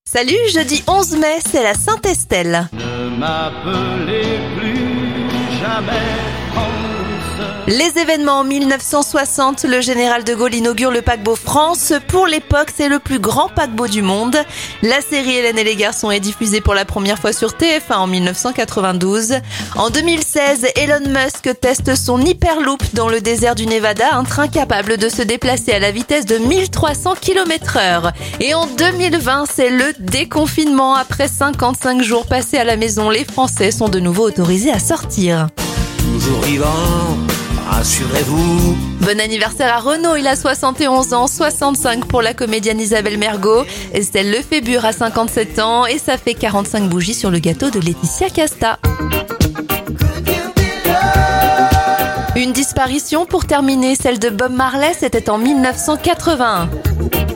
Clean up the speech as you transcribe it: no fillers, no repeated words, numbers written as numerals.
Salut, jeudi 11 mai, c'est la Sainte-Estelle. Ne m'appelez plus jamais France. Les événements en 1960, le général de Gaulle inaugure le paquebot France. Pour l'époque, c'est le plus grand paquebot du monde. La série Hélène et les garçons est diffusée pour la première fois sur TF1 en 1992. En 2016, Elon Musk teste son Hyperloop dans le désert du Nevada, un train capable de se déplacer à la vitesse de 1300 km/h. Et en 2020, c'est le déconfinement. Après 55 jours passés à la maison, les Français sont de nouveau autorisés à sortir. Toujours vivant, rassurez-vous. Bon anniversaire à Renaud, il a 71 ans, 65 pour la comédienne Isabelle Mergo. Estelle Lefébure a 57 ans et ça fait 45 bougies sur le gâteau de Laetitia Casta. Une disparition pour terminer, celle de Bob Marley, c'était en 1981.